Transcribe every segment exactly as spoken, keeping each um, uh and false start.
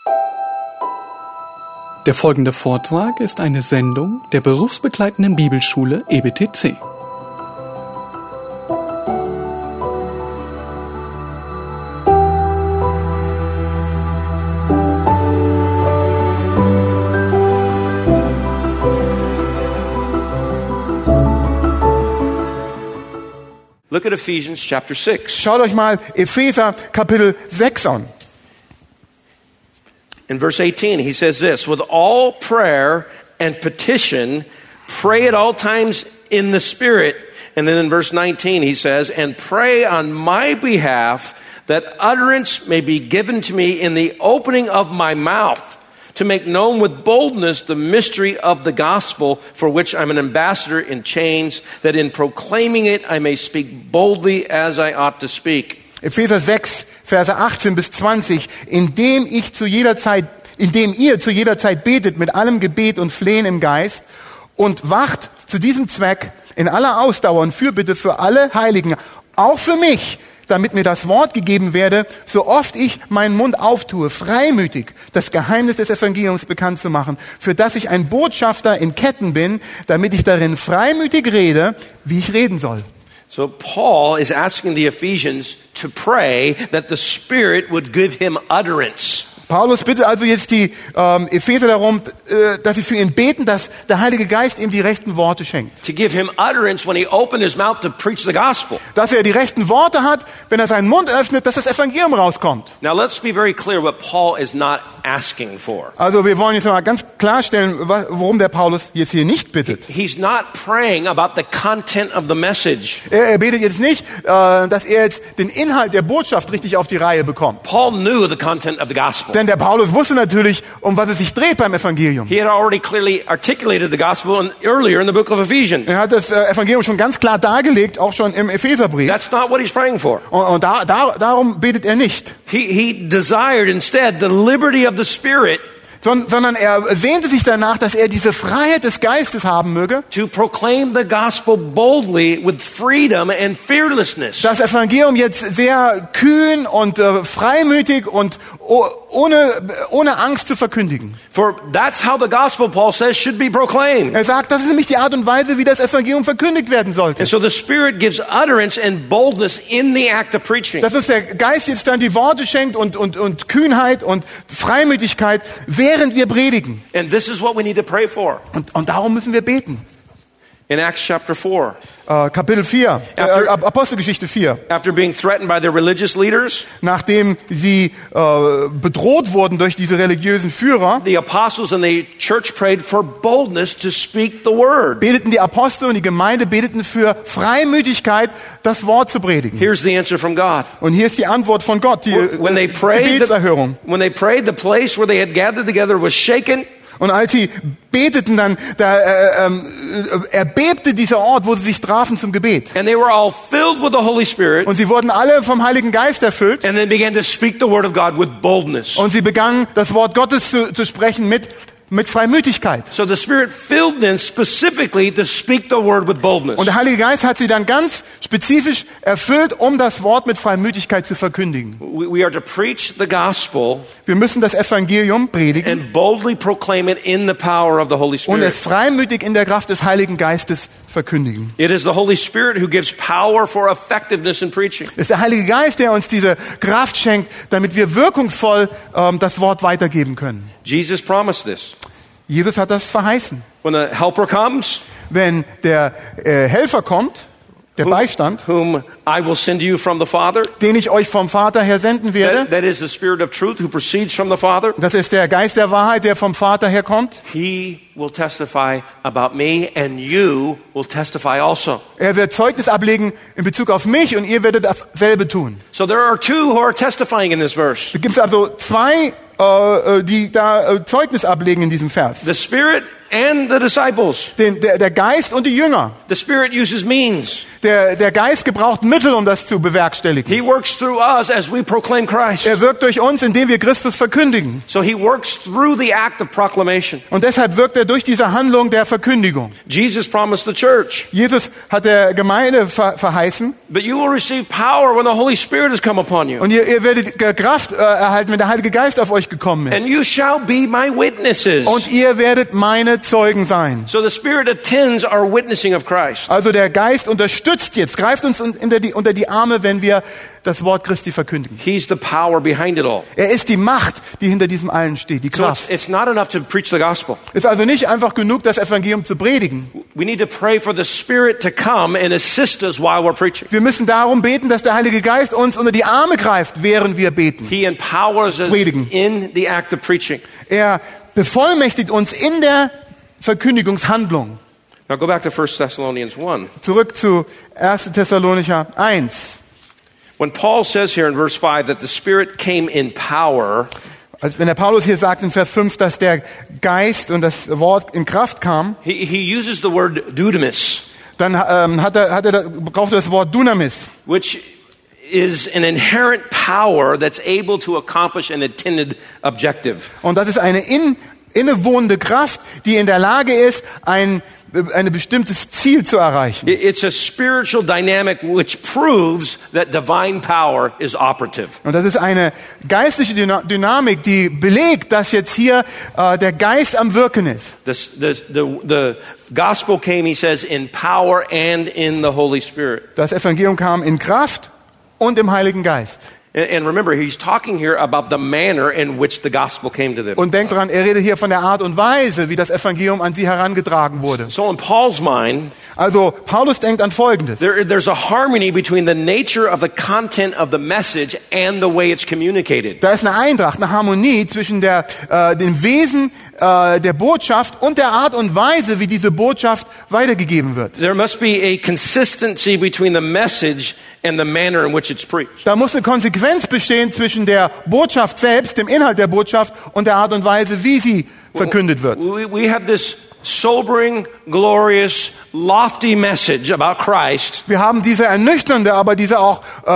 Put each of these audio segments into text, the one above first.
Der folgende Vortrag ist eine Sendung der berufsbegleitenden Bibelschule E B T C. Look at Ephesians chapter six. Schaut euch mal Epheser Kapitel sechs an. In verse eighteen, he says this, with all prayer and petition, pray at all times in the Spirit. And then in verse nineteen, he says, and pray on my behalf that utterance may be given to me in the opening of my mouth, to make known with boldness the mystery of the gospel, for which I'm an ambassador in chains, that in proclaiming it I may speak boldly as I ought to speak. Epheser sechs, Verse achtzehn bis zwanzig, indem ich zu jeder Zeit, indem ihr zu jeder Zeit betet mit allem Gebet und Flehen im Geist und wacht zu diesem Zweck in aller Ausdauer und Fürbitte für alle Heiligen, auch für mich, damit mir das Wort gegeben werde, so oft ich meinen Mund auftue, freimütig das Geheimnis des Evangeliums bekannt zu machen, für das ich ein Botschafter in Ketten bin, damit ich darin freimütig rede, wie ich reden soll. So Paul is asking the Ephesians to pray that the Spirit would give him utterance. Paulus bittet also jetzt die ähm, Epheser darum, äh, dass sie für ihn beten, dass der Heilige Geist ihm die rechten Worte schenkt. To give him utterance when he opened his mouth to preach the gospel. Dass er die rechten Worte hat, wenn er seinen Mund öffnet, dass das Evangelium rauskommt. Now let's be very clear what Paul is not asking for. Also wir wollen jetzt mal ganz klarstellen, worum der Paulus jetzt hier nicht bittet. He's not praying about the content of the message. Er, er betet jetzt nicht, äh, dass er jetzt den Inhalt der Botschaft richtig auf die Reihe bekommt. Paul knew the content of the gospel. Denn der Paulus wusste natürlich, um was es sich dreht beim Evangelium. He had already clearly articulated the gospel in, earlier in the book of Ephesians. Er hat das äh, Evangelium schon ganz klar dargelegt, auch schon im Epheserbrief. That's not what he's praying for. Und, und da, da, darum betet er nicht. He, he desired instead the liberty of the Spirit, sondern er sehnte sich danach, dass er diese Freiheit des Geistes haben möge, to proclaim the gospel boldly with freedom and fearlessness. Das Evangelium jetzt sehr kühn und äh, freimütig und oh, ohne ohne Angst zu verkündigen. For that's how the gospel, Paul says, should be proclaimed. Er sagt, das ist nämlich die Art und Weise, wie das Evangelium verkündigt werden sollte. And so the Spirit gives utterance and boldness in the act of preaching. Dass uns der Geist jetzt dann die Worte schenkt und und und Kühnheit und Freimütigkeit, während wir predigen. And this is what we need to pray for. Und, und darum müssen wir beten. In Acts chapter four. Uh, Kapitel vier, After, äh, Apostelgeschichte vier. After being threatened by their religious leaders, nachdem sie äh, bedroht wurden durch diese religiösen Führer, the apostles and the church prayed for boldness to speak the word. Beteten die Apostel und die Gemeinde beteten für Freimütigkeit, das Wort zu predigen. Here's the answer from God. Und hier ist die Antwort von Gott, die when they prayed, Gebetserhörung. The, when they prayed, the place where they had gathered together was shaken. Und als sie beteten, dann da, äh, äh, erbebte dieser Ort, wo sie sich trafen zum Gebet. And they were all filled with the Holy Spirit. Und sie wurden alle vom Heiligen Geist erfüllt. And they began to speak the word of God with boldness. Und sie begannen, das Wort Gottes zu, zu sprechen mit mit Freimütigkeit. So the Spirit filled them specifically to speak the word with boldness. Und der Heilige Geist hat sie dann ganz spezifisch erfüllt, um das Wort mit Freimütigkeit zu verkündigen. We, we are to preach the gospel. Wir müssen das Evangelium predigen. And boldly proclaim it in the power of the Holy Spirit. Und es freimütig in der Kraft des Heiligen Geistes verkündigen. It is the Holy Spirit who gives power for effectiveness in preaching. Es ist der Heilige Geist, der uns diese Kraft schenkt, damit wir wirkungsvoll ähm, das Wort weitergeben können. Jesus promised this. Jesus hat das verheißen. When the helper comes, wenn der äh, Helfer kommt, der whom, Beistand, whom I will send you from the Father, den ich euch vom Vater her senden werde, that, that is the Spirit of truth who proceeds from the Father. Das ist der Geist der Wahrheit, der vom Vater herkommt. He will testify about me and you will testify also. Er wird Zeugnis ablegen in Bezug auf mich und ihr werdet dasselbe tun. So there are two who are testifying in this verse. Es gibt also zwei, äh, die da äh, Zeugnis ablegen in diesem Vers. The Spirit and the disciples. Den, der, der Geist und die Jünger. The Spirit uses means. Der, der Geist gebraucht Mittel, um das zu bewerkstelligen. He works through us as we proclaim Christ. Er wirkt durch uns, indem wir Christus verkündigen. So he works through the act of proclamation. Und deshalb wirkt er durch diese Handlung der Verkündigung. Jesus promised the church. Jesus hat der Gemeinde ver- verheißen. But you will receive power when the Holy Spirit has come upon you. Und ihr, ihr werdet Kraft äh, erhalten, wenn der Heilige Geist auf euch gekommen ist. And you shall be my witnesses. Und ihr werdet meine Zeugen sein. So the Spirit attends our witnessing of Christ. Also der Geist unterstützt jetzt, greift uns unter die, unter die Arme, wenn wir das Wort Christi verkündigen. He's the power behind it all. Er ist die Macht, die hinter diesem allen steht, die So it's, Kraft. it's not enough to preach the gospel. Ist also nicht einfach genug, das Evangelium zu predigen. We need to pray for the Spirit to come and assist us while we're preaching. Wir müssen darum beten, dass der Heilige Geist uns unter die Arme greift, während wir beten. He empowers us Predigen. in the act of preaching. Er bevollmächtigt uns in der Verkündigungshandlung. Now go back to First Thessalonians one. Zurück zu erster Thessalonicher eins. When Paul says here in verse five that the Spirit came in power, Also wenn der Paulus hier sagt in Vers fünf, dass der Geist und das Wort in Kraft kam, he, he uses the word dunamis, dann ähm, hat er, hat er, braucht er das Wort Dunamis. which is an inherent power that's able to accomplish an intended objective. Und das ist eine in, innewohnende Kraft, die in der Lage ist, ein ein bestimmtes Ziel zu erreichen. It's a spiritual dynamic which proves that divine power is operative. Und das ist eine geistliche Dyna- Dynamik, die belegt, dass jetzt hier äh, der Geist am Wirken ist. The, the, the, the gospel came, he says, in power and in the Holy Spirit. Das Evangelium kam in Kraft und im Heiligen Geist. And, and remember, he's talking here about the manner in which the gospel came to them. Und denkt dran, er redet hier von der Art und Weise, wie das Evangelium an sie herangetragen wurde. So in Paul's mind, Also Paulus denkt an Folgendes. there, there's a harmony between the nature of the content of the message and the way it's communicated. Da ist eine Eintracht, eine Harmonie zwischen der, äh, dem Wesen äh, der Botschaft und der Art und Weise, wie diese Botschaft weitergegeben wird. There must be a consistency between the message and the manner in which it's preached. Da muss eine Konsequenz bestehen zwischen der Botschaft selbst, dem Inhalt der Botschaft und der Art und Weise, wie sie verkündet wird. We, we have this sobering, glorious, lofty message about Christ. Wir haben diese ernüchternde, aber diese auch äh,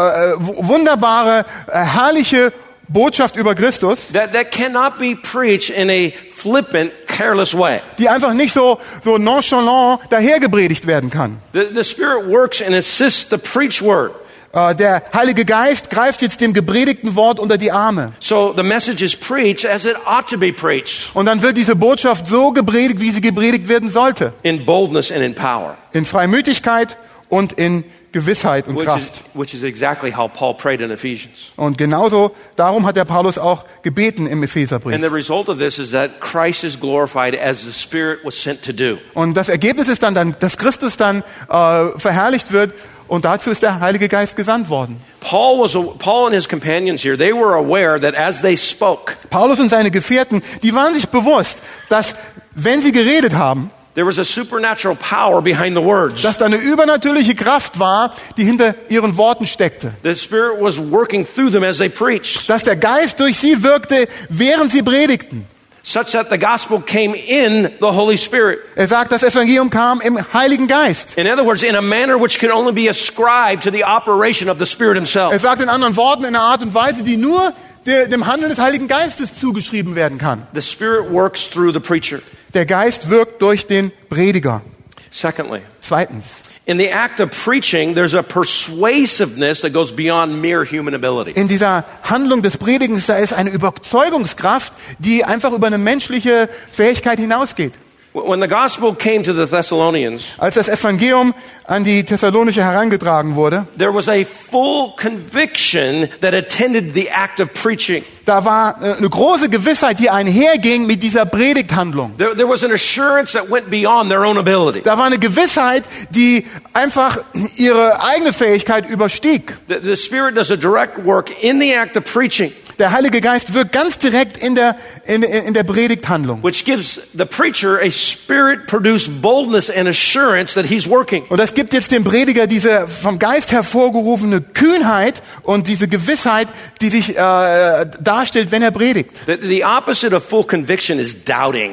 wunderbare, äh, herrliche Botschaft über Christus, That, that cannot be preached in a flippant, careless way. die einfach nicht so, so nonchalant dahergepredigt werden kann. The, the Spirit works and assists the preached word. Äh, der Heilige Geist greift jetzt dem gepredigten Wort unter die Arme. So the message is preached as it ought to be preached, Und dann wird diese Botschaft so gepredigt, wie sie gepredigt werden sollte. in boldness and in power, In Freimütigkeit und in Gewissheit und which is, Kraft. which is exactly how Paul prayed in Ephesians. Und genauso, darum hat der Paulus auch gebeten im Epheserbrief. And the result of this is that Christ is glorified as the Spirit was sent to do. Und das Ergebnis ist dann, dann dass Christus dann äh, verherrlicht wird. Und dazu ist der Heilige Geist gesandt worden. Paul was Paul and his companions here, they were aware that as they spoke, Paulus und seine Gefährten, die waren sich bewusst, dass wenn sie geredet haben, there was a supernatural power behind the words. dass da eine übernatürliche Kraft war, die hinter ihren Worten steckte. The Spirit was working through them as they preached, Dass der Geist durch sie wirkte, während sie predigten. such that the gospel came in the Holy Spirit. Er sagt, das Evangelium kam im Heiligen Geist. In other words, in a manner which can only be ascribed to the operation of the Spirit Er himself. sagt in anderen Worten, in einer Art und Weise, die nur der, dem Handeln des Heiligen Geistes zugeschrieben werden kann. The Spirit works through the preacher. Der Geist wirkt durch den Prediger. Secondly, Zweitens, in the act of preaching, there's a persuasiveness that goes beyond mere human ability. in dieser Handlung des Predigens, da ist eine Überzeugungskraft, die einfach über eine menschliche Fähigkeit hinausgeht. When the gospel came to the Thessalonians, Als das Evangelium an die Thessalonicher herangetragen wurde, there was a full conviction that attended the act of preaching. da war äh, eine große Gewissheit, die einherging mit dieser Predigthandlung. There, there was an assurance that went beyond their own ability. Da war eine Gewissheit, die einfach ihre eigene Fähigkeit überstieg. The, the Spirit does a direct work in the act of preaching, Der Heilige Geist wirkt ganz direkt in der, in, in der Predigthandlung. which gives the preacher a Spirit-produced boldness and assurance that he's working. Und das gibt jetzt dem Prediger diese vom Geist hervorgerufene Kühnheit und diese Gewissheit, die sich äh, darstellt, wenn er predigt. The, the opposite of full conviction is doubting.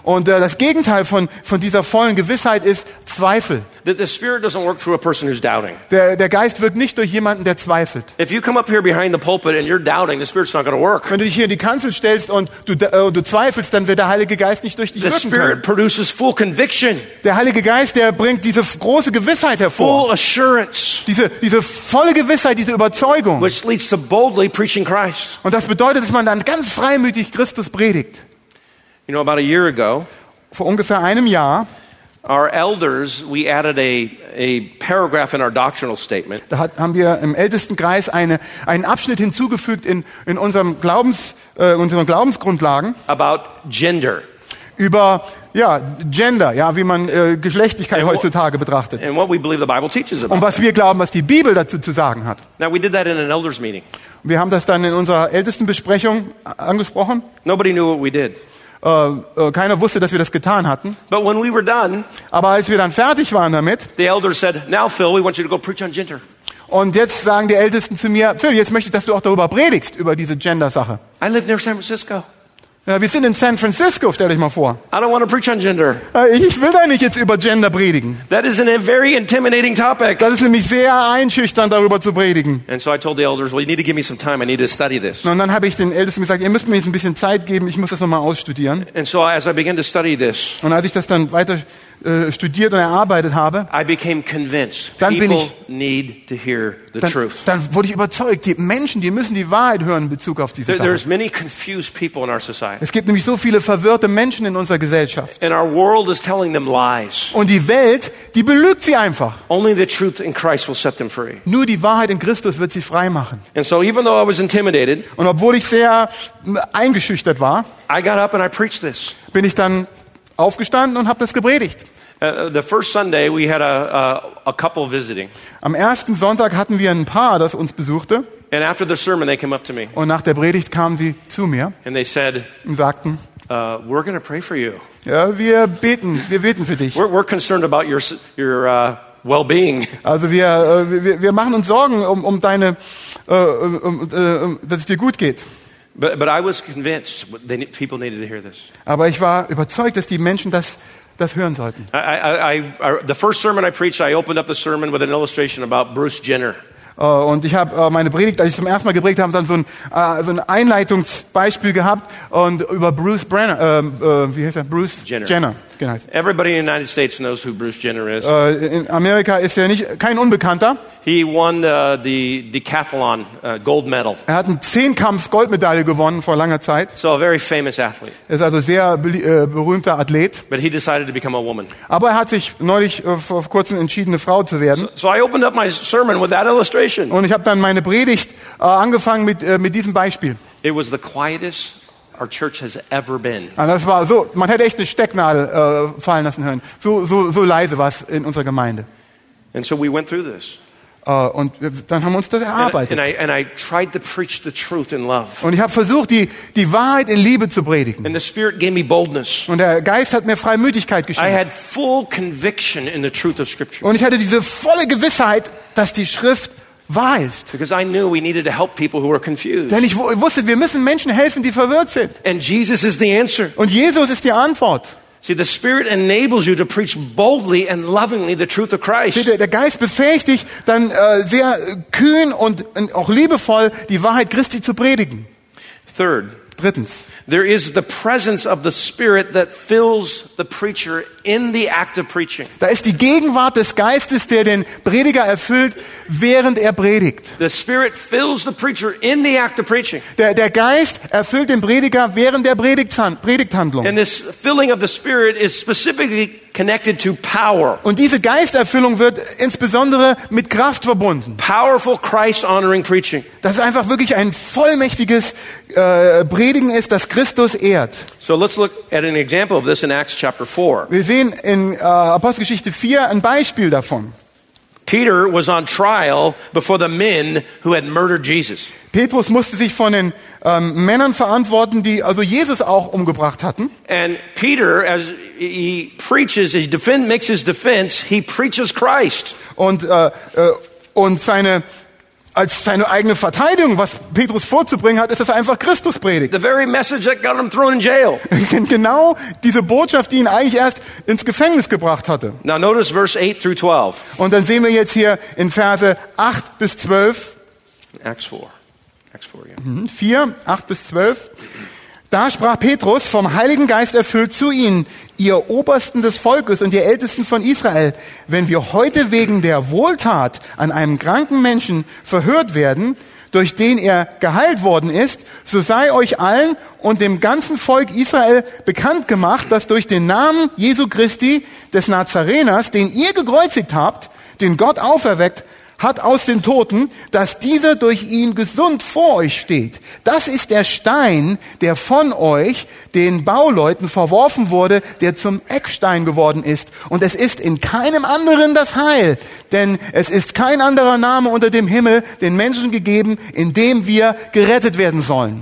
Und äh, das Gegenteil von, von dieser vollen Gewissheit ist Zweifel. That the Spirit doesn't work through a person who's doubting. Der, der Geist wirkt nicht durch jemanden, der zweifelt. If you come up here behind the pulpit and you're doubting, the Spirit's not going to work. Wenn du dich hier in die Kanzel stellst und du, äh, du zweifelst, dann wird der Heilige Geist nicht durch dich The wirken Spirit können. produces full conviction, Der Heilige Geist, der bringt diese große Gewissheit hervor. full assurance, Diese, diese volle Gewissheit, diese Überzeugung. which leads to boldly preaching Christ. Und das bedeutet, dass man dann ganz freimütig Christus predigt. You know, about a year ago, Vor ungefähr einem Jahr, our elders, we added a, a paragraph in our doctrinal statement da hat, haben wir im Ältestenkreis eine, einen Abschnitt hinzugefügt in, in unserem Glaubens, äh, unseren Glaubensgrundlagen about gender. über ja, Gender, ja, wie man äh, Geschlechtlichkeit And what- heutzutage betrachtet. and what we believe the Bible teaches Und about. was wir glauben, was die Bibel dazu zu sagen hat. Now, we did that in an elders meeting. Wir haben das dann in unserer Ältestenbesprechung angesprochen. Nobody knew what we did. Äh, äh, keiner wusste, dass wir das getan hatten. But when we were done, Aber als wir dann fertig waren damit, the elders said, now, Phil, we want you to go preach on gender. und jetzt sagen die Ältesten zu mir, Phil, jetzt möchte ich, dass du auch darüber predigst, über diese Gender-Sache. I live near San Francisco. Ja, wir sind in San Francisco, stell dich mal vor. I don't want to preach on gender. Äh, Ich will da nicht jetzt über Gender predigen. That is a very intimidating topic. Das ist nämlich sehr einschüchternd, darüber zu predigen. And so I told the elders, well, you need to give me some time. I need to study this. Und dann habe ich den Ältesten gesagt, ihr müsst mir jetzt ein bisschen Zeit geben, ich muss das nochmal ausstudieren. And so as I began to study this, Und als ich das dann weiter äh, studiert und erarbeitet habe, I became convinced Dann bin people ich- need to hear the dann, truth. dann wurde ich überzeugt, die Menschen, die müssen die Wahrheit hören in Bezug auf diese There, Sache. there's many confused people in our society. Es gibt nämlich so viele verwirrte Menschen in unserer Gesellschaft. And our world is telling them lies. Und die Welt, die belügt sie einfach. Only the truth in Christ will set them free. Nur die Wahrheit in Christus wird sie frei machen. And so even though I was intimidated, Und obwohl ich sehr m, eingeschüchtert war, I got up and I preached this. bin ich dann aufgestanden und habe das gepredigt. Uh, the first Sunday, we had a, a, a couple visiting. Am ersten Sonntag hatten wir ein Paar, das uns besuchte. And after the sermon, they came up to me Und nach der Predigt kamen sie zu mir and they said, und sagten, uh, we're going to pray for you. ja, wir beten, wir beten für dich. We're, we're concerned about your, s- your uh, well-being. Also wir, äh, wir, wir machen uns Sorgen um, um deine, äh, um, äh, um, dass es dir gut geht. But, but I was convinced they, need- people needed to hear this. Aber ich war überzeugt, dass die Menschen das, das hören sollten. I, I, I, I, the first sermon I preached, I opened up the sermon with an illustration about Bruce Jenner. Äh, Und ich habe äh, meine Predigt, als ich zum ersten Mal gepredigt habe, dann so ein, äh, so ein Einleitungsbeispiel gehabt und über Bruce Brenner, äh, äh, wie heißt er? Bruce Jenner. Jenner, genau. Everybody in the United States knows who Bruce Jenner is. Äh, In Amerika ist er nicht kein Unbekannter. He won uh, the decathlon uh, gold medal. Er hat einen Zehnkampf-Goldmedaille gewonnen vor langer Zeit. So a very famous athlete. Er ist also sehr belie- äh, berühmter Athlet. But he decided to become a woman. Aber er hat sich neulich äh, vor kurzem entschieden, eine Frau zu werden. So I opened up my sermon with that illustration. Und ich habe dann meine Predigt äh, angefangen mit, äh, mit diesem Beispiel. It was the quietest our church has ever been. Und das war so, man hätte echt eine Stecknadel äh, fallen lassen hören. So, so, so leise war es in unserer Gemeinde. And so we went through this. Äh, und wir, dann haben wir uns das And, erarbeitet. and, I, and I tried to preach the truth in love. Und ich habe versucht, die, die Wahrheit in Liebe zu predigen. And the Spirit gave me boldness. Und der Geist hat mir Freimütigkeit I geschenkt. had full conviction in the truth of Scripture. Und ich hatte diese volle Gewissheit, dass die Schrift wahr ist. Because I knew we needed to help people who were confused. Denn ich wu- wusste, wir müssen Menschen helfen, die verwirrt sind. And Jesus is the answer. Und Jesus ist die Antwort. See, the Spirit enables you to preach boldly and lovingly the truth of Seht Christ. ihr, der Geist befähigt dich, dann äh, sehr kühn und, und auch liebevoll die Wahrheit Christi zu predigen. Third, Drittens, there is the presence of the Spirit that fills the preacher in the act of preaching. da ist die Gegenwart des Geistes, der den Prediger erfüllt, während er predigt. The Spirit fills the preacher in the act of preaching. Der, der Geist erfüllt den Prediger während der Predigthan- Predigthandlung. And this filling of the Spirit is specifically connected to power. Und diese Geisterfüllung wird insbesondere mit Kraft verbunden. Powerful Christ-honoring preaching. Dass es einfach wirklich ein vollmächtiges äh, Predigen ist, das Christus ehrt. So let's look at an example of this in Acts chapter four. Wir sehen in äh, Apostelgeschichte vier ein Beispiel davon. Peter was on trial before the men who had murdered Jesus. Petrus musste sich von den ähm, Männern verantworten, die also Jesus auch umgebracht hatten. And Peter, as he preaches, he defend, makes his defense, he preaches Christ. Und, äh, äh, und seine als seine eigene Verteidigung, was Petrus vorzubringen hat, ist, dass er einfach Christus predigt. The very message that got him thrown in jail. Genau diese Botschaft, die ihn eigentlich erst ins Gefängnis gebracht hatte. Now notice verse eight through twelve. Und dann sehen wir jetzt hier in Verse acht bis zwölf. Acts four. Acts four, yeah. vier, acht bis zwölf. Da sprach Petrus, vom Heiligen Geist erfüllt, zu ihnen, ihr Obersten des Volkes und ihr Ältesten von Israel, wenn wir heute wegen der Wohltat an einem kranken Menschen verhört werden, durch den er geheilt worden ist, so sei euch allen und dem ganzen Volk Israel bekannt gemacht, dass durch den Namen Jesu Christi des Nazareners, den ihr gekreuzigt habt, den Gott auferweckt hat aus den Toten, dass dieser durch ihn gesund vor euch steht. Das ist der Stein, der von euch, den Bauleuten, verworfen wurde, der zum Eckstein geworden ist. Und es ist in keinem anderen das Heil, denn es ist kein anderer Name unter dem Himmel den Menschen gegeben, in dem wir gerettet werden sollen.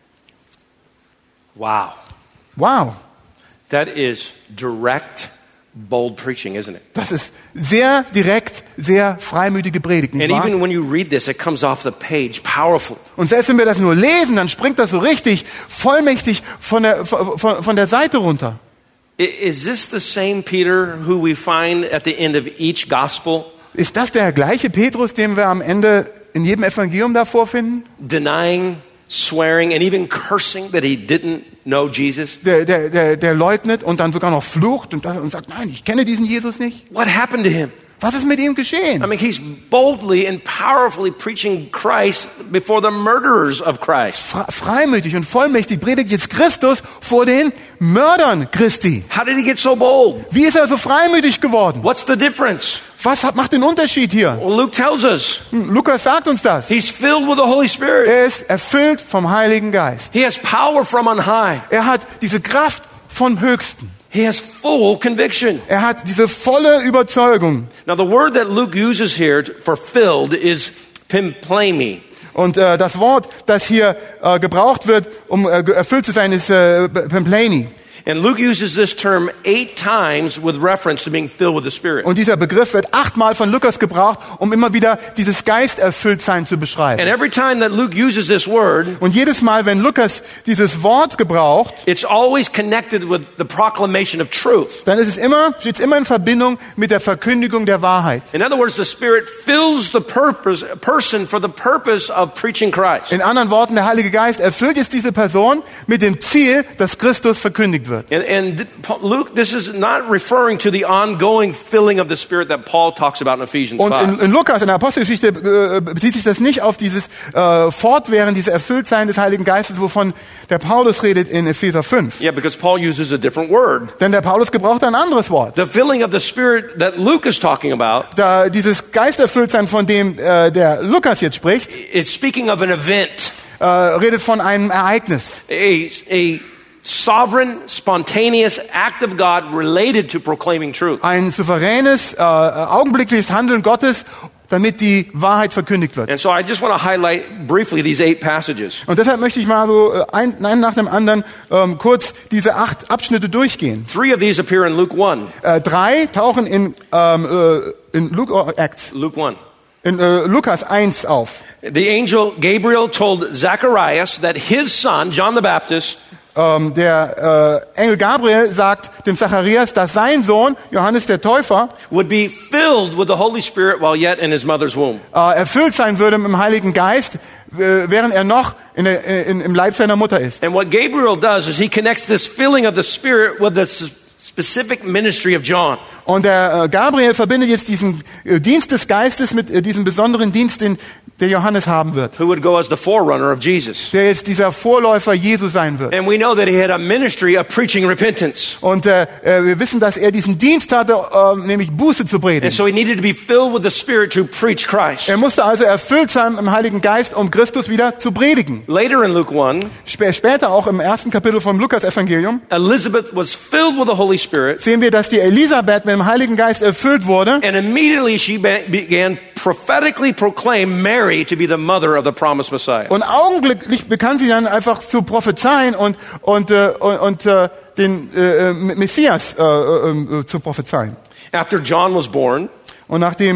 Wow. Wow. That is direct, bold preaching, isn't it? Das ist sehr direkt, sehr freimütige Predigt, nicht And wahr? even when you read this, it comes off the page powerful. Und selbst wenn wir das nur lesen, dann springt das so richtig vollmächtig von der, von, von der Seite runter. I- Is this the same Peter who we find at the end of each gospel, Ist das der gleiche Petrus, den wir am Ende in jedem Evangelium davor finden? denying, swearing, and even cursing that he didn't know Jesus? Der, der, der, der leugnet und dann sogar noch flucht und, das, und sagt, nein, ich kenne diesen Jesus nicht. What happened to him? Was ist mit ihm geschehen? I mean, he's boldly and powerfully preaching Christ before the murderers of Christ. Fre- freimütig und vollmächtig predigt jetzt Christus vor den Mördern Christi. How did he get so bold? Wie ist er so freimütig geworden? What's the difference? Was hat, macht den Unterschied hier? Well, Luke tells us Hm, Lukas sagt uns das. he's filled with the Holy Spirit. Er ist erfüllt vom Heiligen Geist. He has power from on high. Er hat diese Kraft vom Höchsten. He has full conviction. Er hat diese volle Überzeugung. Now, the word that Luke uses here for filled is pimplemi. Und äh, das Wort, das hier äh, gebraucht wird, um äh, erfüllt zu sein, ist äh, Pimpleni. And Luke uses this term eight times with reference to being filled with the Spirit. Und dieser Begriff wird achtmal von Lukas gebraucht, um immer wieder dieses Geisterfülltsein zu And beschreiben. every time that Luke uses this word, Und jedes Mal, wenn Lukas dieses Wort gebraucht, it's always connected with the proclamation of truth. dann ist es immer, steht es immer in Verbindung mit der Verkündigung der Wahrheit. In other words, the Spirit fills the purpose, person for the purpose of preaching Christ. In anderen Worten, der Heilige Geist erfüllt jetzt diese Person mit dem Ziel, dass Christus verkündigt wird. And, and Luke, this is not referring to the ongoing filling of the Spirit that Paul talks about in Ephesians Und in, five. in Lukas, in der Apostelgeschichte, äh, bezieht sich das nicht auf dieses äh, Fortwähren, dieses Erfülltsein des Heiligen Geistes, wovon der Paulus redet in Epheser fünf. Yeah, because Paul uses a different word. Denn der Paulus gebraucht ein anderes Wort. The filling of the Spirit that Luke is talking about, Da dieses Geisterfülltsein, von dem äh, der Lukas jetzt spricht, it's speaking of an event, äh, redet von einem Ereignis. a, a sovereign, spontaneous act of God related to proclaiming truth. Ein souveränes, äh, augenblickliches Handeln Gottes, damit die Wahrheit verkündigt wird. And so I just want to highlight briefly these eight passages. Und deshalb möchte ich mal so äh, ein, einen nach dem anderen ähm, kurz diese acht Abschnitte durchgehen. Three of these appear in Luke one. Äh, drei tauchen in, ähm, äh, in Luke, oh, Acts, Luke one. in äh, Lukas eins auf. The angel Gabriel told Zacharias that his son, John the Baptist, Ähm, der äh, Engel Gabriel sagt dem Zacharias, dass sein Sohn, Johannes der Täufer, would be filled with the Holy Spirit while yet in his mother's womb. äh, erfüllt sein würde mit dem Heiligen Geist, äh, während er noch in der, äh, in, im Leib seiner Mutter ist. And what Gabriel does is he connects this filling of the Spirit with the s- specific ministry of John. Und der äh, Gabriel verbindet jetzt diesen äh, Dienst des Geistes mit äh, diesem besonderen Dienst, den der Johannes haben wird, Who would go as the forerunner of Jesus. der jetzt dieser Vorläufer Jesu sein wird. And we know that he had a ministry of preaching repentance. Und äh, äh, wir wissen, dass er diesen Dienst hatte, äh, nämlich Buße zu And predigen. so he needed to be filled with the Spirit to preach Christ. Er musste also erfüllt sein im Heiligen Geist, um Christus wieder zu predigen. Later in Luke one, Sp- Später auch im ersten Kapitel vom Lukas-Evangelium Elizabeth was filled with the Holy Spirit, sehen wir, dass die Elisabeth mit dem Heiligen Geist erfüllt wurde. and immediately she be- began prophetically proclaim Mary to be the mother of the promised Messiah. Und augenblicklich begann sie dann einfach zu prophezeien und, und, äh, und, und äh, den äh, äh, Messias äh, äh, äh, zu prophezeien. After John was born, Und nachdem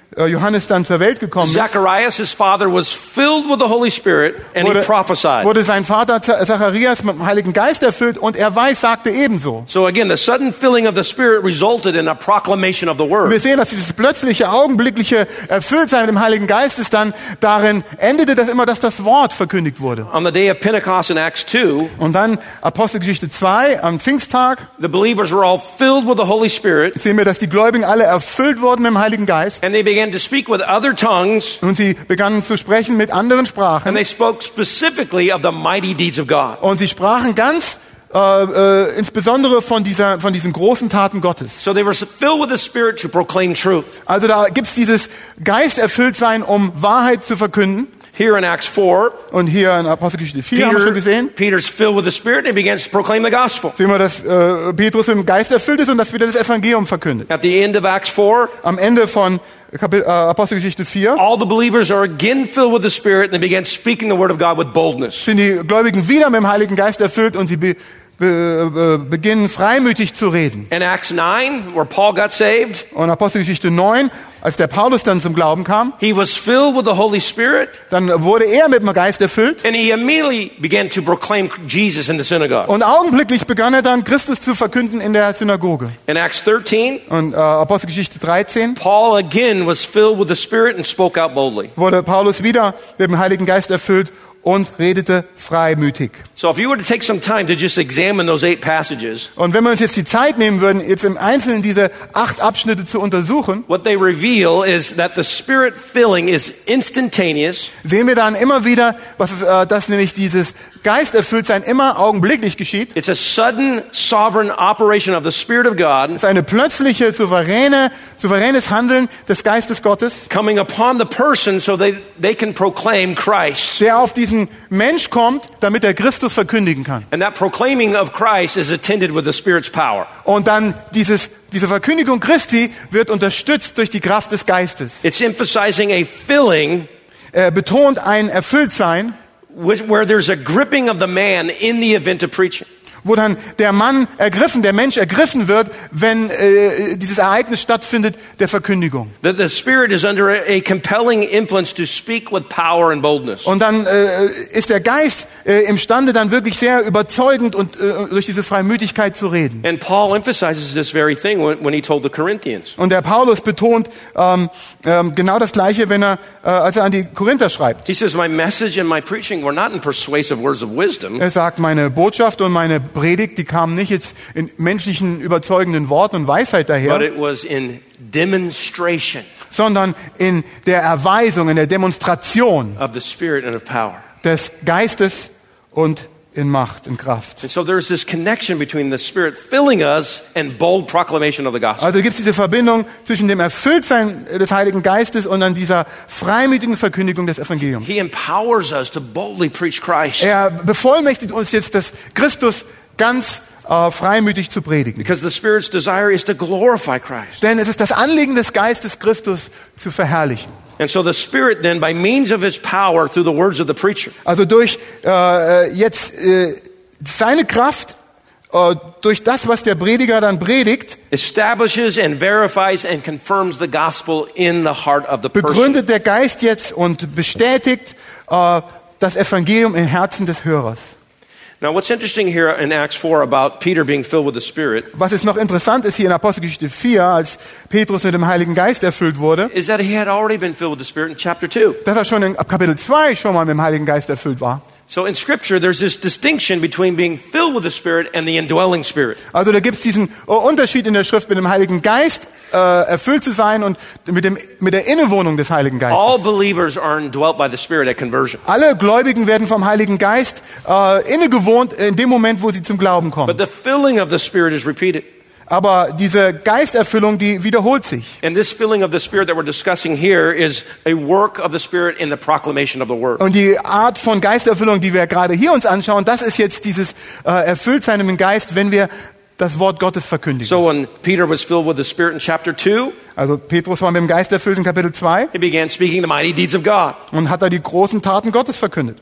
äh, Johannes dann zur Welt gekommen ist, Zacharias, his father, was filled with the Holy Spirit and he wurde, prophesied. wurde sein Vater Z- Zacharias mit dem Heiligen Geist erfüllt und er weiß, sagte ebenso. So again, the sudden filling of the Spirit resulted in a proclamation of the word. Wir sehen, dass dieses plötzliche, augenblickliche Erfülltsein mit dem Heiligen Geist ist dann darin endete das immer, dass das Wort verkündigt wurde. On the day of Pentecost in Acts two, Und dann Apostelgeschichte zwei, am Pfingsttag, the believers were all filled with the Holy Spirit sehen wir, dass die Gläubigen alle erfüllt wurden mit dem Heiligen Geist. and they began to speak with other tongues Und sie begannen zu sprechen mit anderen Sprachen. and they spoke specifically of the mighty deeds of God. Und sie sprachen ganz äh, äh, insbesondere von, dieser, von diesen großen Taten Gottes. So they were filled with the Spirit to proclaim truth. Also da gibt's dieses Geisterfülltsein, um Wahrheit zu verkünden. Here in Acts four, Und hier in Apostelgeschichte vier haben wir schon Peter, gesehen, Peter's filled with the Spirit and he begins to proclaim the gospel. sehen wir, dass äh, Petrus mit dem Geist erfüllt ist und dass wieder das Evangelium verkündet. At the end of Acts four, Am Ende von Kapit- äh, Apostelgeschichte vier all the believers are again filled with the Spirit and they began speaking the word of God with boldness. sind die Gläubigen wieder mit dem Heiligen Geist erfüllt und sie be, be, be, beginnen freimütig zu reden. In Acts nine, where Paul got saved, Und Apostelgeschichte neun, als der Paulus dann zum Glauben kam, he was filled with the Holy Spirit dann wurde er mit dem Geist erfüllt and he immediately began to proclaim Jesus in the synagogue. und augenblicklich begann er dann Christus zu verkünden in der Synagoge. In Acts thirteen, Und äh, Apostelgeschichte dreizehn Paul again was filled with the Spirit and spoke out boldly. wurde Paulus wieder mit dem Heiligen Geist erfüllt und redete freimütig. So if you were to take some time to just examine those eight passages, Und wenn wir uns jetzt die Zeit nehmen würden, jetzt im Einzelnen diese acht Abschnitte zu untersuchen, what they reveal is that the Spirit filling is instantaneous. sehen wir dann immer wieder, was ist, äh, dass nämlich dieses Geisterfülltsein immer augenblicklich geschieht. It's a sudden, sovereign operation of the Spirit of God Es ist eine plötzliche, souveräne, souveränes Handeln des Geistes Gottes, coming upon the person so they, they can proclaim Christ. der auf diesen Mensch kommt, damit er Christus verkündigen kann. And that proclaiming of Christ is attended with the Spirit's power. Und dann dieses, diese Verkündigung Christi wird unterstützt durch die Kraft des Geistes. It's emphasizing a filling Er betont ein Erfülltsein, which, where there's a gripping of the man in the event of preaching. wo dann der Mann ergriffen, der Mensch ergriffen wird, wenn äh, dieses Ereignis stattfindet, der Verkündigung. That the Spirit is under a, a compelling influence to speak with power and boldness. Und dann äh, ist der Geist äh, imstande, dann wirklich sehr überzeugend und äh, durch diese Freimütigkeit zu reden. And Paul emphasizes this very thing when, when he told the Corinthians. Und der Paulus betont ähm, ähm, genau das Gleiche, wenn er, äh, als er an die Korinther schreibt. He says, my message and my preaching were not in persuasive words of wisdom, Er sagt, meine Botschaft und meine Predigt, die kamen nicht jetzt in menschlichen, überzeugenden Worten und Weisheit but daher, it was in demonstration sondern in der Erweisung, in der Demonstration of the Spirit and of power. des Geistes und in Macht, in Kraft. And so there's this connection between the Spirit filling us and bold proclamation of the gospel. Also gibt es diese Verbindung zwischen dem Erfülltsein des Heiligen Geistes und dann dieser freimütigen Verkündigung des Evangeliums. He empowers us to boldly preach Christ Er bevollmächtigt uns jetzt, das Christus ganz äh, freimütig zu predigen. because the Spirit's desire is to glorify Christ. Denn es ist das Anliegen des Geistes, Christus zu verherrlichen. And so the Spirit then, by means of His power through the words of the preacher, Also durch äh, jetzt äh, seine Kraft, äh, durch das, was der Prediger dann predigt, establishes and verifies and confirms the gospel in the heart of the person. begründet der Geist jetzt und bestätigt äh, das Evangelium im Herzen des Hörers. Now what's interesting here in Acts four about Peter being filled with the Spirit Was jetzt noch interessant ist hier in Apostelgeschichte vier, als Petrus mit dem Heiligen Geist erfüllt wurde, is that he had already been filled with the Spirit in chapter two. dass er schon in Kapitel zwei schon mal mit dem Heiligen Geist erfüllt war. So in Scripture, there's this distinction between being filled with the Spirit and the indwelling Spirit. Also da gibt es diesen Unterschied in der Schrift, mit dem Heiligen Geist äh, erfüllt zu sein und mit, dem, mit der Innewohnung des Heiligen All Geistes. believers are indwelt by the Spirit at conversion. Alle Gläubigen werden vom Heiligen Geist äh, innegewohnt in dem Moment, wo sie zum Glauben kommen. But the filling of the Spirit is repeated. Aber diese Geisterfüllung, die wiederholt sich. And this filling of the Spirit that we're discussing here is a work of the Spirit in the proclamation of the Word. Und die Art von Geisterfüllung, die wir gerade hier uns anschauen, das ist jetzt dieses äh, Erfülltsein im Geist, wenn wir das Wort Gottes verkündigen. So when Peter was filled with the Spirit in chapter two, Also Petrus war mit dem Geist erfüllt in Kapitel zwei he began speaking the mighty deeds of God. und hat da die großen Taten Gottes verkündet.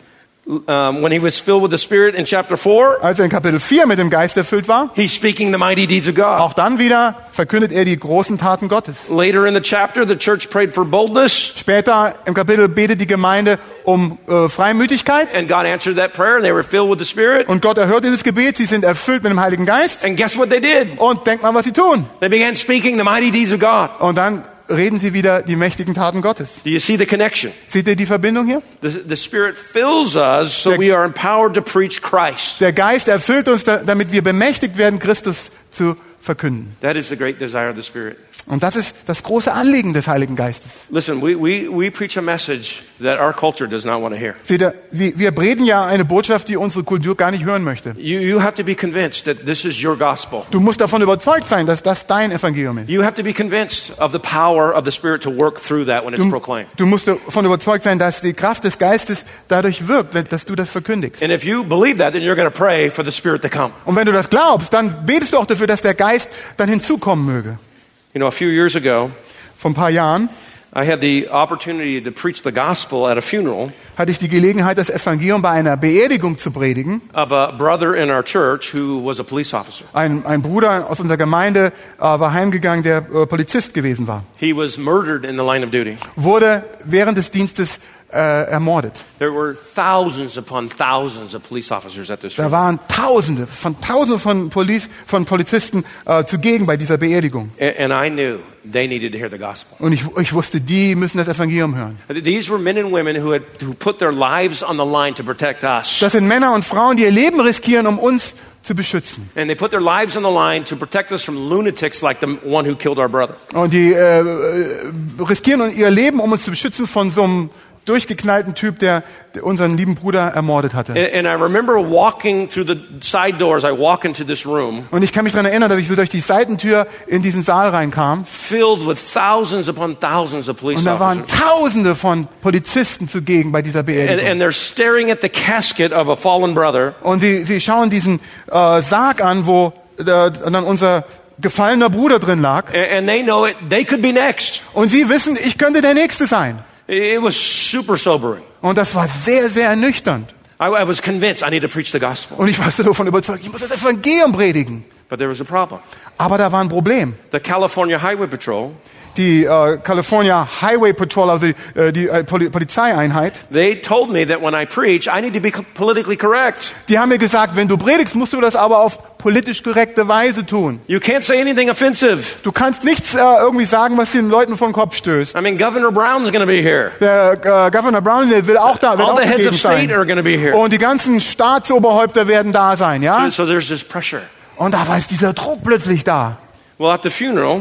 Um, when he was filled with the Spirit in chapter four, Als er in Kapitel vier mit dem Geist erfüllt war, he's speaking the mighty deeds of God. auch dann wieder verkündet er die großen Taten Gottes. Later in the chapter, the church prayed for boldness, Später im Kapitel betet die Gemeinde um äh, Freimütigkeit and God answered that prayer, and they were filled with the Spirit. und Gott erhört dieses Gebet. Sie sind erfüllt mit dem Heiligen Geist And guess what they did? und denkt mal, was sie tun. They began speaking the mighty deeds of God. Und dann reden sie wieder die mächtigen Taten Gottes. Do you see the connection? Seht ihr die Verbindung hier? The, the Spirit fills us so Der- we are empowered to preach Christ. Der Geist erfüllt uns, da- damit wir bemächtigt werden, Christus zu verkünden. That is the great desire of the Spirit. Und das ist das große Anliegen des Heiligen Geistes. Listen, we, we, we preach a message that our culture does not want to hear. Seht ihr, wir, wir predigen ja eine Botschaft, die unsere Kultur gar nicht hören möchte. You, you have to be convinced that this is your gospel. Du musst davon überzeugt sein, dass das dein Evangelium ist. You have to be convinced of the power of the Spirit to work through that when it's Du, proclaimed. du musst davon überzeugt sein, dass die Kraft des Geistes dadurch wirkt, wenn- dass du das verkündigst. And if you believe that, then you're going to pray for the Spirit to come. Und wenn du das glaubst, dann betest du auch dafür, dass der Geist dann hinzukommen möge. You know, a few years ago, Vor ein paar Jahren I had the opportunity to preach the gospel at a funeral hatte ich die Gelegenheit, das Evangelium bei einer Beerdigung zu predigen. of a brother in our church who was a police officer. Ein, ein Bruder aus unserer Gemeinde äh, war heimgegangen, der äh, Polizist gewesen war. He was murdered in the line of duty. Wurde während des Dienstes äh, ermordet. There were thousands upon thousands of police officers at this Da funeral. waren Tausende von Tausenden von, Police, von Polizisten äh, zugegen bei dieser Beerdigung. A- And I knew they needed to hear the gospel. Und ich, ich wusste, die müssen das Evangelium hören. These were men and women who had who put their lives on the line to protect us. Das sind Männer und Frauen, die ihr Leben riskieren, um uns zu beschützen. And they put their lives on the line to protect us from lunatics like the one who killed our brother. Und die äh, äh, riskieren ihr Leben, um uns zu beschützen von so einem durchgeknallten Typ, der, der unseren lieben Bruder ermordet hatte. And, and I remember walking through the side doors. I walk into this room Und ich kann mich daran erinnern, dass ich so durch die Seitentür in diesen Saal reinkam. filled with thousands upon thousands of police Und da waren officers. Tausende von Polizisten zugegen bei dieser And, Beerdigung. and they're staring at the casket of a fallen brother. Und sie, sie schauen diesen äh, Sarg an, wo äh, dann unser gefallener Bruder drin lag. And, and they know it. They could be next. Und sie wissen, ich könnte der Nächste sein. It was super sobering. Und das war sehr, sehr ernüchternd. I, I was convinced I need to preach the gospel. Und ich war so davon überzeugt, ich muss das Evangelium predigen. But there was a problem. Aber da war ein Problem. The California Highway Patrol, Die äh, California Highway Patrol, also die, äh, die äh, Poli Polizeieinheit, they told me that when I preach, I need to be co- politically correct. die haben mir gesagt, wenn du predigst, musst du das aber auf politisch korrekte Weise tun. You can't say anything offensive. Du kannst nichts äh, irgendwie sagen, was den Leuten vor den Kopf stößt. I mean, Governor Brown's going to be here. Der äh, Governor Brown der will auch da, wird All auch the heads zugegen of state sein. are going to be here. Und die ganzen Staatsoberhäupter werden da sein, ja? So there's this pressure. Und da war es dieser Druck plötzlich da. Well, at the funeral,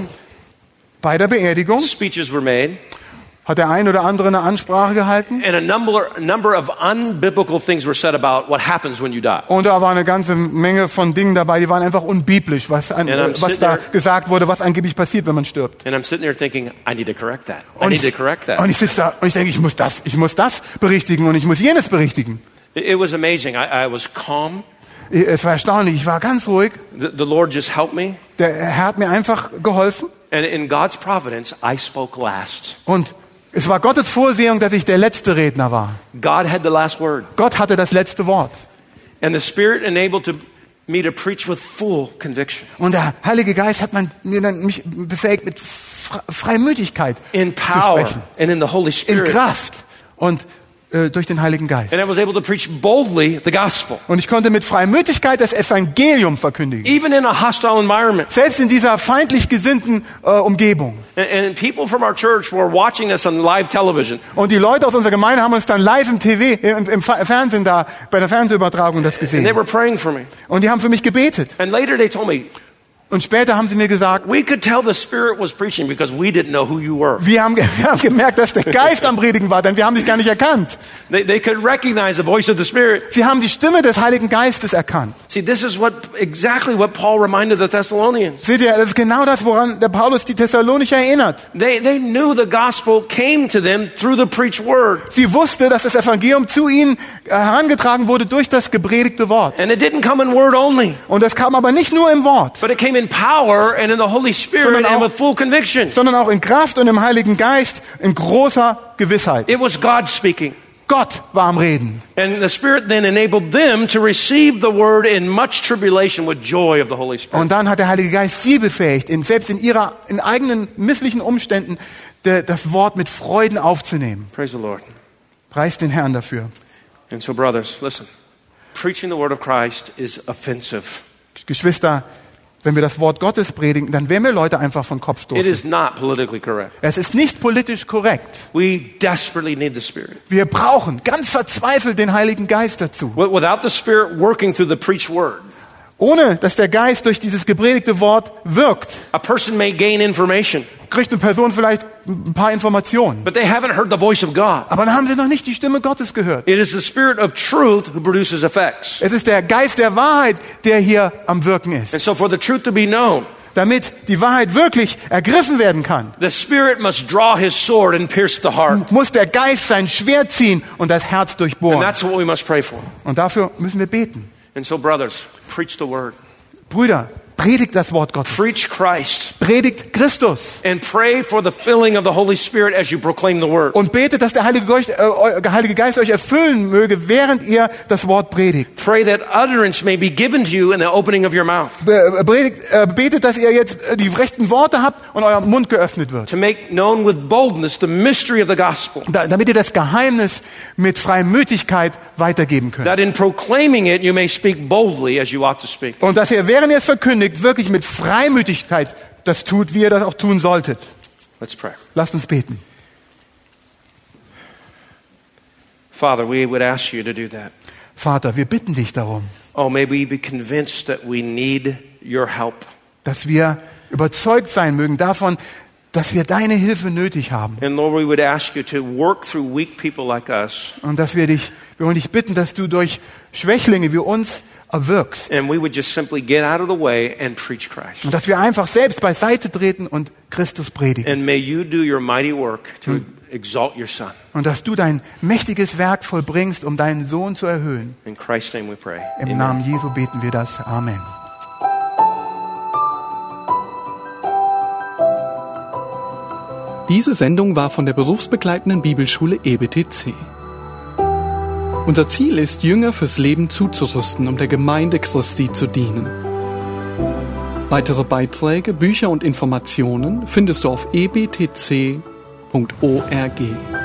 Bei der Beerdigung speeches were made, hat der ein oder andere eine Ansprache gehalten. and a number, a number of unbiblical things were said about what happens when you die. Und da war eine ganze Menge von Dingen dabei, die waren einfach unbiblisch, was, an, And I'm äh, was sitting da there- gesagt wurde, was angeblich passiert, wenn man stirbt. And I'm sitting there thinking, I need to correct that. I Und need ich, to correct that. und ich sitze da und ich denke, ich muss das, ich muss das berichtigen und ich muss jenes berichtigen. It, it was amazing. I, I was calm. Es war erstaunlich, ich war ganz ruhig. The, the Lord just helped me. Der Herr hat mir einfach geholfen. And in God's providence, I spoke last. Und es war Gottes Vorsehung, dass ich der letzte Redner war. God had the last word. Gott hatte das letzte Wort. And the Spirit enabled to, me to preach with full conviction. Und der Heilige Geist hat man, mir dann, mich befähigt, mit Fre- Freimütigkeit In zu power sprechen. and in the Holy In Spirit. Kraft und äh, durch den Heiligen Geist. And I was able to preach boldly the gospel, Und ich konnte mit Freimütigkeit das Evangelium verkündigen. even in a hostile environment. Selbst in dieser feindlich gesinnten äh, Umgebung. And, and people from our church were watching us on live television. Und die Leute aus unserer Gemeinde haben uns dann live im T V, im, im Fa- Fernsehen da, bei der Fernsehübertragung das And they gesehen. were praying for me. Und die haben für mich gebetet. And later they told me, Und später haben sie mir gesagt, we could tell the Spirit was preaching because we didn't know who you were. wir haben, ge- wir haben gemerkt, dass der Geist am Predigen war, denn wir haben dich gar nicht erkannt. They, they could recognize the voice of the Spirit. Sie haben die Stimme des Heiligen Geistes erkannt. See, this is what exactly what Paul reminded the Thessalonians. Seht ihr, das ist genau das, woran der Paulus die Thessalonicher erinnert. They, they knew the gospel came to them through the preached word. Sie wusste, dass das Evangelium zu ihnen äh, herangetragen wurde durch das gepredigte Wort. And it didn't come in word only, Und das kam aber nicht nur im Wort, but it came in power and in the Holy Spirit Sondern and auch- with full conviction. sondern auch in Kraft und im Heiligen Geist, in großer Gewissheit. It was God speaking. Gott war am Reden. And the Spirit then enabled them to receive the word in much tribulation with joy of the Holy Spirit. Und dann hat der Heilige Geist sie befähigt, in, selbst in ihrer in eigenen misslichen Umständen de, das Wort mit Freuden aufzunehmen. Praise the Lord. Preist den Herrn dafür. And so, brothers, listen. Preaching the word of Christ is offensive. Geschwister, wenn wir das Wort Gottes predigen, dann werden wir Leute einfach vom Kopf It stoßen. is not politically correct. Es ist nicht politisch korrekt. We desperately need the Spirit. Wir brauchen ganz verzweifelt den Heiligen Geist dazu. Without the Spirit working through the preached word, Ohne, dass der Geist durch dieses gepredigte Wort wirkt, a person may gain information, kriegt eine Person vielleicht ein paar Informationen. but they haven't heard the voice of God. Aber dann haben sie noch nicht die Stimme Gottes gehört. It is the Spirit of truth who produces effects. Es ist der Geist der Wahrheit, der hier am Wirken ist. And so for the truth to be known, Damit die Wahrheit wirklich ergriffen werden kann, the Spirit must draw his sword and pierce the heart. muss der Geist sein Schwert ziehen und das Herz And durchbohren. that's what we must pray for. Und dafür müssen wir beten. And so, brothers, preach the word. Brüder, predigt das Wort Gottes. Preach Christ. Predigt Christus. And pray for the filling of the Holy Spirit as you proclaim the word. Und betet, dass der Heilige Geist, äh, der Heilige Geist euch erfüllen möge, während ihr das Wort predigt. Pray that utterance may be given to you in the opening of your mouth. Be- Predigt, äh, betet, dass ihr jetzt äh, die rechten Worte habt und euer Mund geöffnet wird. To make known with boldness the mystery of the gospel. Da, damit ihr das Geheimnis mit Freimütigkeit weitergeben könnt. That in proclaiming it you may speak boldly as you ought to speak. Und dass ihr, während ihr es verkündigt, wirklich mit Freimütigkeit das tut, wie ihr das auch tun solltet. Let's pray. Lasst uns beten. Father, we would ask you to do that. Vater, wir bitten dich darum, Oh, may we be convinced that we need your help. dass wir überzeugt sein mögen davon, dass wir deine Hilfe nötig haben. And Lord, we would ask you to work through weak people like us. Und dass wir dich, wir wollen dich bitten, dass du durch Schwächlinge wie uns erwirkst. And we would just simply get out of the way and preach Christ. Und dass wir einfach selbst beiseite treten und Christus predigen. And may you do your mighty work to exalt your Son. Und dass du dein mächtiges Werk vollbringst, um deinen Sohn zu erhöhen. In Christ's name we pray. Im Amen. Namen Jesu beten wir das. Amen. Diese Sendung war von der berufsbegleitenden Bibelschule E B T C. Unser Ziel ist, Jünger fürs Leben zuzurüsten, um der Gemeinde Christi zu dienen. Weitere Beiträge, Bücher und Informationen findest du auf e b t c punkt org.